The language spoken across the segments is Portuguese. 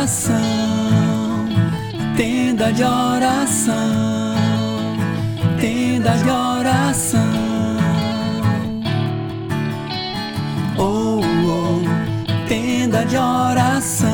oração, tenda de oração, tenda de oração. Oh, oh, tenda de oração,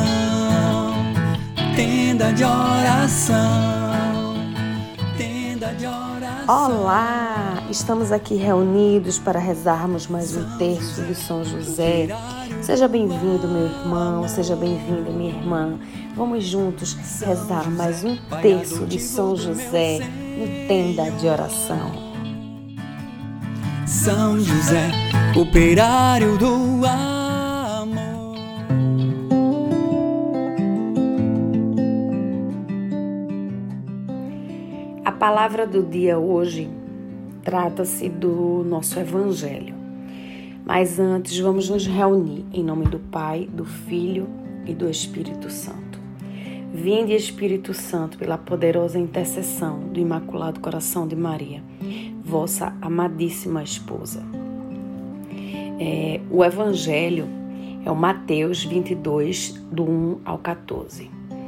tenda de oração, tenda de oração. Olá! Estamos aqui reunidos para rezarmos mais um terço de São José. Seja bem-vindo, meu irmão, seja bem-vinda, minha irmã. Vamos juntos rezar mais um terço de São José no tenda de oração. São José, operário do amor. A palavra do dia hoje trata-se do nosso Evangelho. Mas antes, vamos nos reunir em nome do Pai, do Filho e do Espírito Santo. Vinde, Espírito Santo, pela poderosa intercessão do Imaculado Coração de Maria, vossa amadíssima esposa. O Evangelho é o Mateus 22, do 1 ao 14.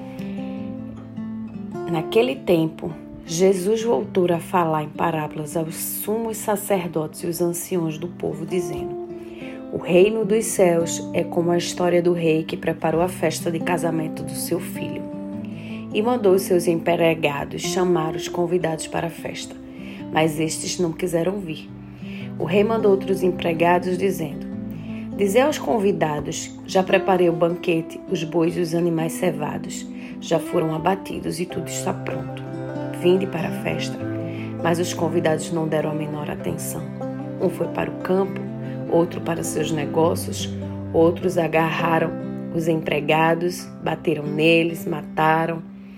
Naquele tempo, Jesus voltou a falar em parábolas aos sumos sacerdotes e os anciãos do povo, dizendo: o reino dos céus é como a história do rei que preparou a festa de casamento do seu filho e mandou os seus empregados chamar os convidados para a festa, mas estes não quiseram vir. O rei mandou outros empregados dizendo: dizei aos convidados, já preparei o banquete, os bois e os animais cevados já foram abatidos e tudo está pronto. Vinde para a festa. Mas os convidados não deram a menor atenção. Um foi para o campo, outro para seus negócios, outros agarraram os empregados, bateram neles, mataram.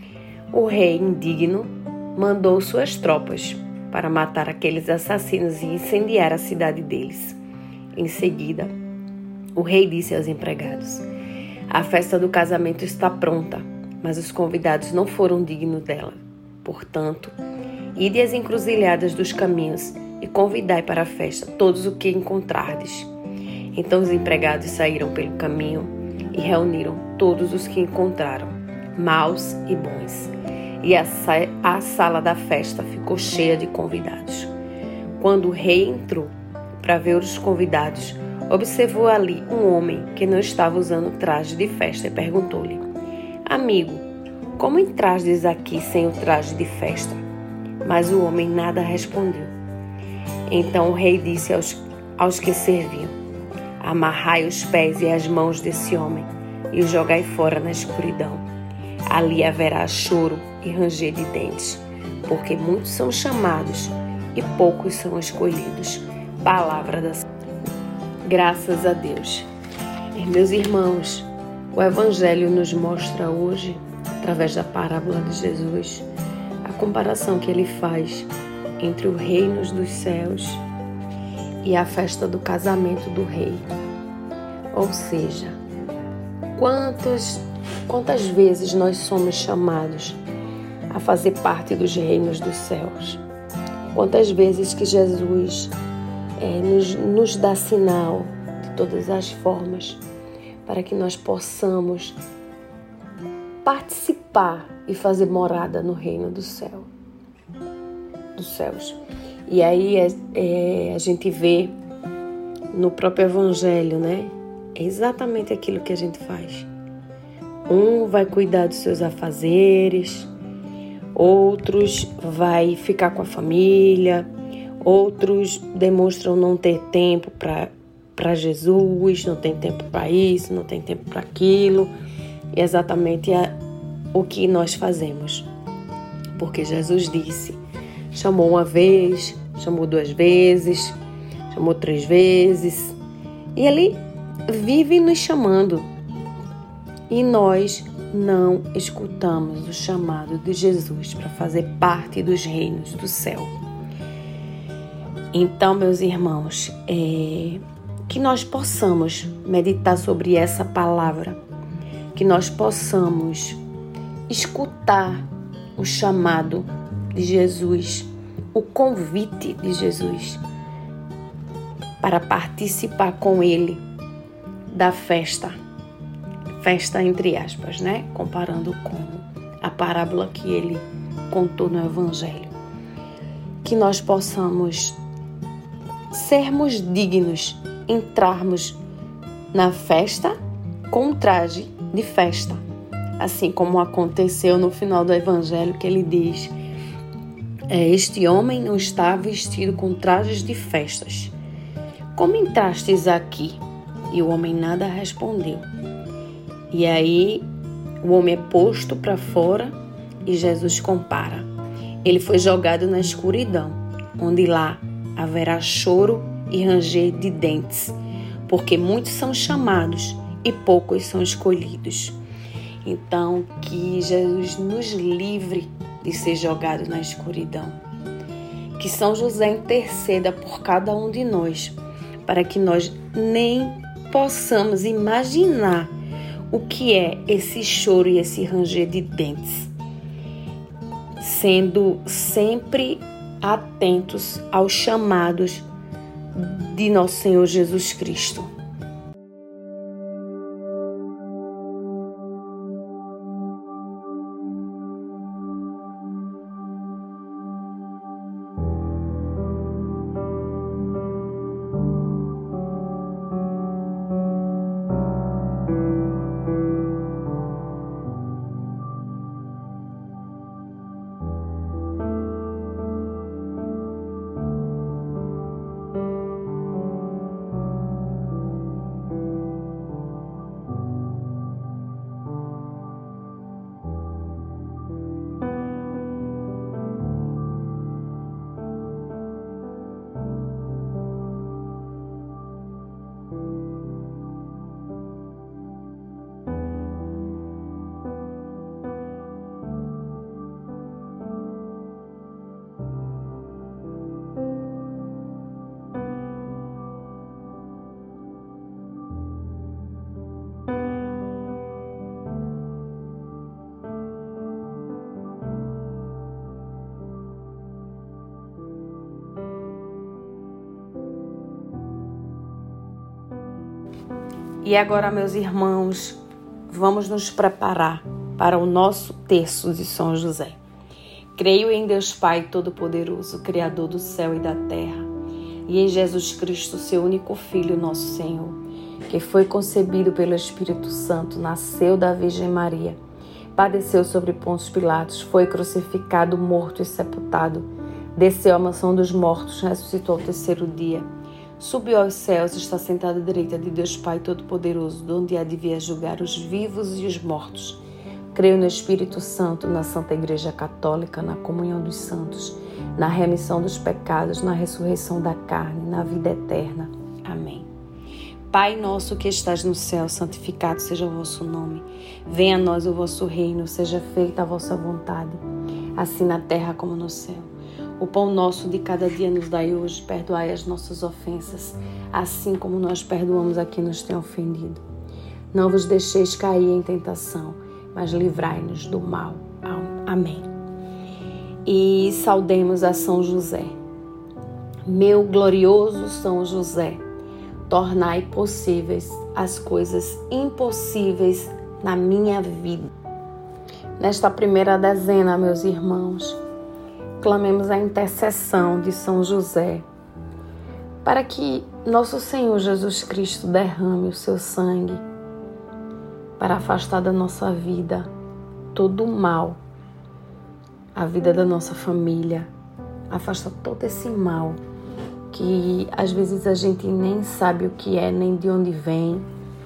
O rei, indigno, mandou suas tropas para matar aqueles assassinos e incendiar a cidade deles. Em seguida, o rei disse aos empregados: a festa do casamento está pronta, mas os convidados não foram dignos dela. Portanto, ide às encruzilhadas dos caminhos e convidai para a festa todos o que encontrardes. Então os empregados saíram pelo caminho e reuniram todos os que encontraram, maus e bons. E a sala da festa ficou cheia de convidados. Quando o rei entrou para ver os convidados, observou ali um homem que não estava usando traje de festa e perguntou-lhe: amigo, como entrastes aqui sem o traje de festa? Mas o homem nada respondeu. Então o rei disse aos que serviam: amarrai os pés e as mãos desse homem e o jogai fora na escuridão. Ali haverá choro e ranger de dentes, porque muitos são chamados e poucos são escolhidos. Palavra da Graças a Deus. Meus irmãos, o Evangelho nos mostra hoje, através da parábola de Jesus, a comparação que ele faz entre o reino dos céus e a festa do casamento do rei. Ou seja, quantas vezes nós somos chamados a fazer parte dos reinos dos céus? Quantas vezes que Jesus nos dá sinal de todas as formas para que nós possamos participar e fazer morada no reino dos céus. E aí a gente vê no próprio Evangelho, né? É exatamente aquilo que a gente faz. Um vai cuidar dos seus afazeres, outros vai ficar com a família, outros demonstram não ter tempo para Jesus, não tem tempo para isso, não tem tempo para aquilo. E exatamente o que nós fazemos. Porque Jesus disse, chamou uma vez, chamou 2 vezes, chamou 3 vezes. E Ele vive nos chamando. E nós não escutamos o chamado de Jesus para fazer parte dos reinos do céu. Então, meus irmãos, que nós possamos meditar sobre essa palavra, que nós possamos escutar o chamado de Jesus, o convite de Jesus para participar com Ele da festa festa entre aspas, né? Comparando com a parábola que ele contou no Evangelho. Que nós possamos sermos dignos, entrarmos na festa com um traje de festa. Assim como aconteceu no final do Evangelho, que ele diz: este homem não está vestido com trajes de festas. Como entrastes aqui? E o homem nada respondeu. E aí o homem é posto para fora e Jesus compara. Ele foi jogado na escuridão, onde lá haverá choro e ranger de dentes, porque muitos são chamados e poucos são escolhidos. Então, que Jesus nos livre de ser jogado na escuridão. Que São José interceda por cada um de nós, para que nós nem possamos imaginar o que é esse choro e esse ranger de dentes, sendo sempre atentos aos chamados de nosso Senhor Jesus Cristo. E agora, meus irmãos, vamos nos preparar para o nosso terço de São José. Creio em Deus Pai Todo-Poderoso, Criador do céu e da terra, e em Jesus Cristo, seu único Filho, nosso Senhor, que foi concebido pelo Espírito Santo, nasceu da Virgem Maria, padeceu sobre Pôncio Pilatos, foi crucificado, morto e sepultado, desceu à mansão dos mortos, ressuscitou ao terceiro dia, subiu aos céus, está sentado à direita de Deus Pai Todo-Poderoso, de onde há de vir a julgar os vivos e os mortos. Creio no Espírito Santo, na Santa Igreja Católica, na comunhão dos santos, na remissão dos pecados, na ressurreição da carne, na vida eterna. Amém. Pai nosso que estás no céu, santificado seja o vosso nome. Venha a nós o vosso reino, seja feita a vossa vontade, assim na terra como no céu. O pão nosso de cada dia nos dai hoje, perdoai as nossas ofensas, assim como nós perdoamos a quem nos tem ofendido. Não vos deixeis cair em tentação, mas livrai-nos do mal. Amém. E saudemos a São José. Meu glorioso São José, tornai possíveis as coisas impossíveis na minha vida. Nesta primeira dezena, meus irmãos, clamemos a intercessão de São José, para que nosso Senhor Jesus Cristo derrame o seu sangue para afastar da nossa vida todo o mal, a vida da nossa família, afasta todo esse mal que às vezes a gente nem sabe o que é, nem de onde vem,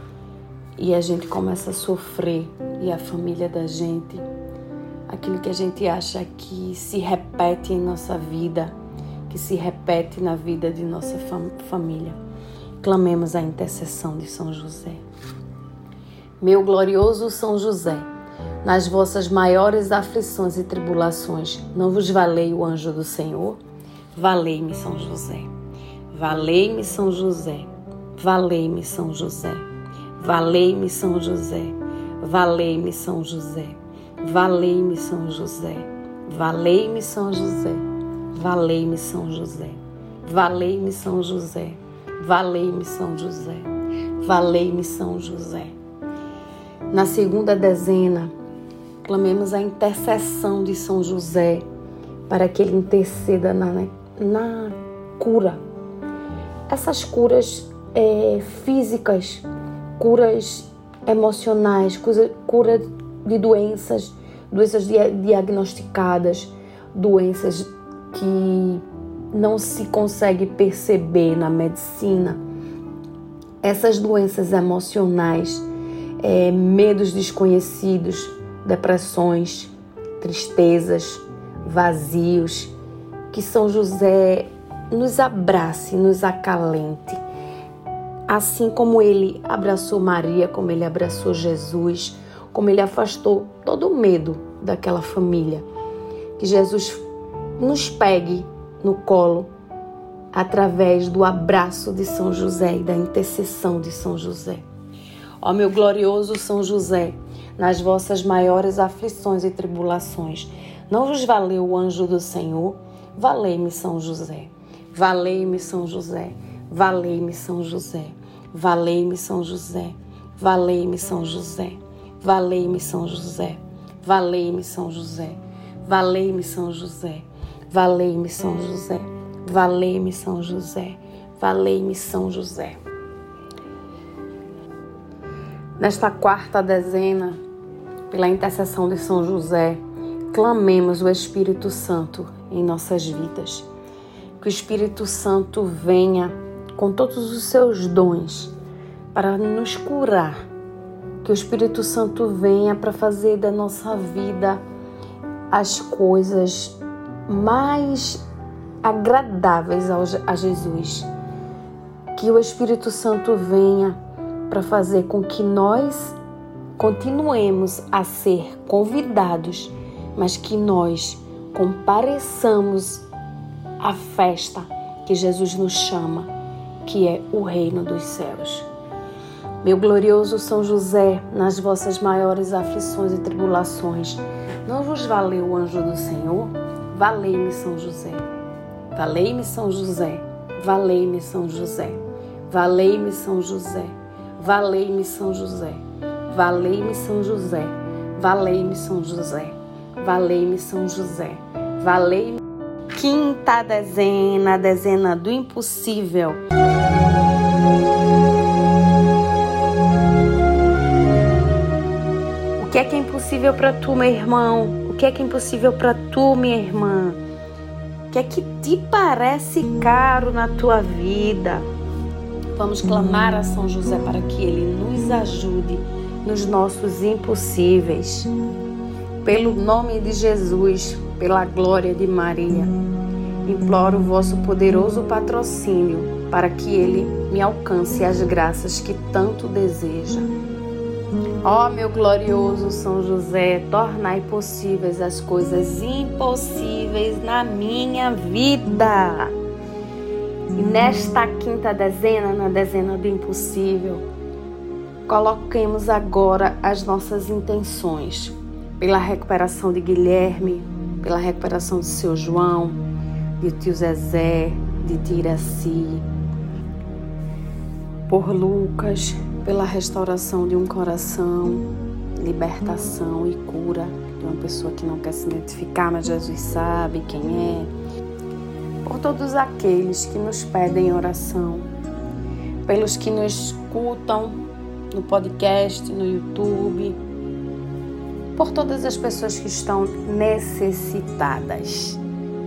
e a gente começa a sofrer, e a família da gente, aquilo que a gente acha que se repete em nossa vida, que se repete na vida de nossa família. Clamemos a intercessão de São José. Meu glorioso São José, nas vossas maiores aflições e tribulações, não vos valei o anjo do Senhor? Valei-me, São José. Valei-me, São José. Valei-me, São José. Valei-me, São José. Valei-me, São José. Valei-me, São José. Valei-me, São José. Valei-me, São José. Valei-me, São José. Valei-me, São José. Valei-me, São José. Na segunda dezena, clamemos a intercessão de São José para que ele interceda na cura. Essas curas físicas, curas emocionais, cura de doenças diagnosticadas, doenças que não se consegue perceber na medicina. Essas doenças emocionais, medos desconhecidos, depressões, tristezas, vazios, que São José nos abrace, nos acalente. Assim como ele abraçou Maria, como ele abraçou Jesus, como ele afastou todo o medo daquela família. Que Jesus nos pegue no colo através do abraço de São José e da intercessão de São José. Ó meu glorioso São José, nas vossas maiores aflições e tribulações, não vos valeu o anjo do Senhor? Valei-me São José. Valei-me São José. Valei-me São José. Valei-me São José. Valei-me São José. Valei-me São José. Valei-me São José. Valei-me São José. Valei-me São José. Valei-me São José. Valei-me São José. Nesta quarta dezena, pela intercessão de São José, clamemos o Espírito Santo em nossas vidas. Que o Espírito Santo venha com todos os seus dons para nos curar. Que o Espírito Santo venha para fazer da nossa vida as coisas mais agradáveis a Jesus. Que o Espírito Santo venha para fazer com que nós continuemos a ser convidados, mas que nós compareçamos à festa que Jesus nos chama, que é o reino dos céus. Meu glorioso São José, nas vossas maiores aflições e tribulações, não vos valeu o anjo do Senhor? Valei-me São José. Valei-me São José. Valei-me São José. Valei-me São José. Valei-me São José. Valei-me São José. Valei-me São José. Valei-me São José. Valei-me. Quinta dezena, a dezena do impossível. O que é impossível para tu, meu irmão? O que é impossível para tu, minha irmã? O que é que te parece caro na tua vida? Vamos clamar a São José para que ele nos ajude nos nossos impossíveis. Pelo nome de Jesus, pela glória de Maria, imploro o vosso poderoso patrocínio para que ele me alcance as graças que tanto deseja. Ó meu glorioso São José, tornai possíveis as coisas impossíveis na minha vida. E nesta quinta dezena, na dezena do impossível, coloquemos agora as nossas intenções pela recuperação de Guilherme, pela recuperação de seu João, de tio Zezé, de tia Iraci, por Lucas, pela restauração de um coração, libertação e cura de uma pessoa que não quer se identificar, mas Jesus sabe quem é. Por todos aqueles que nos pedem oração, pelos que nos escutam no podcast, no YouTube, por todas as pessoas que estão necessitadas.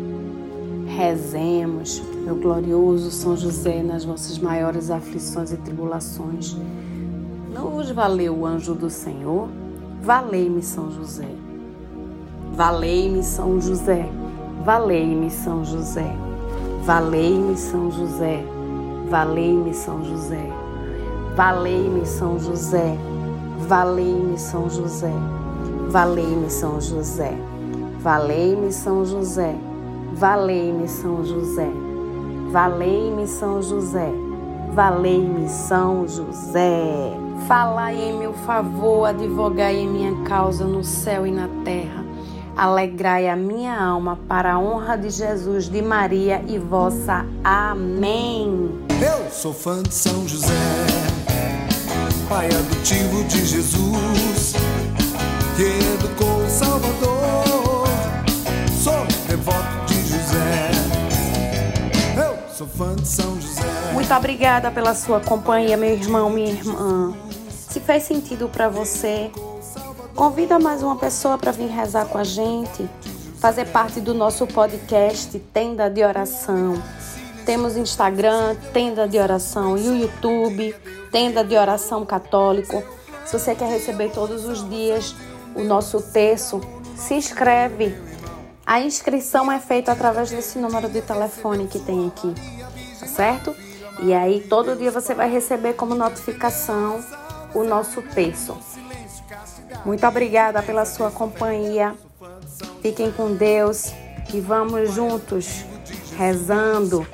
Rezemos, meu glorioso São José, nas vossas maiores aflições e tribulações. Não vos valeu o anjo do Senhor? Valei-me São José. Valei-me São José. Valei-me São José. Valei-me São José. Valei-me São José. Valei-me São José. Valei-me São José. Valei-me São José. Valei-me São José. Valei-me São José. Valei-me São José. Valei-me São José. Falai em meu favor, advogai em minha causa no céu e na terra. Alegrai a minha alma para a honra de Jesus, de Maria e vossa. Amém. Eu sou fã de São José, Pai adotivo de Jesus, que educou o Salvador. Sou devoto de José, eu sou fã de São José. Muito obrigada pela sua companhia, meu irmão, minha irmã. Se fez sentido para você, convida mais uma pessoa para vir rezar com a gente, fazer parte do nosso podcast Tenda de Oração. Temos Instagram, Tenda de Oração, e o YouTube, Tenda de Oração Católico. Se você quer receber todos os dias o nosso terço, se inscreve. A inscrição é feita através desse número de telefone que tem aqui, tá certo? E aí todo dia você vai receber como notificação o nosso terço. Muito obrigada pela sua companhia. Fiquem com Deus e vamos juntos rezando.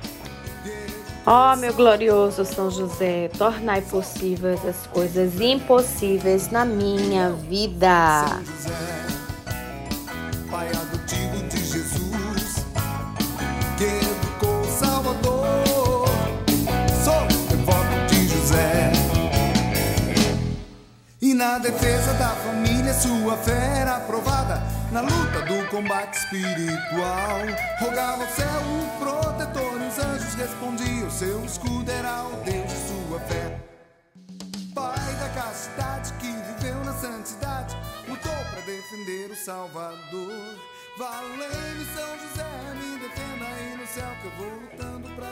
Ó, meu glorioso São José, tornai possíveis as coisas impossíveis na minha vida. São José, Pai adotivo de Jesus, que educou o Salvador. Sou devoto de José, e na defesa da família sua fé era aprovada. Na luta do combate espiritual, rogava ao céu um protetor, e os anjos respondiam, seu escudo era o Deus de sua fé. Pai da castidade que viveu na santidade, lutou para defender o Salvador. Valei-me São José, me defenda aí no céu, que eu vou lutando pra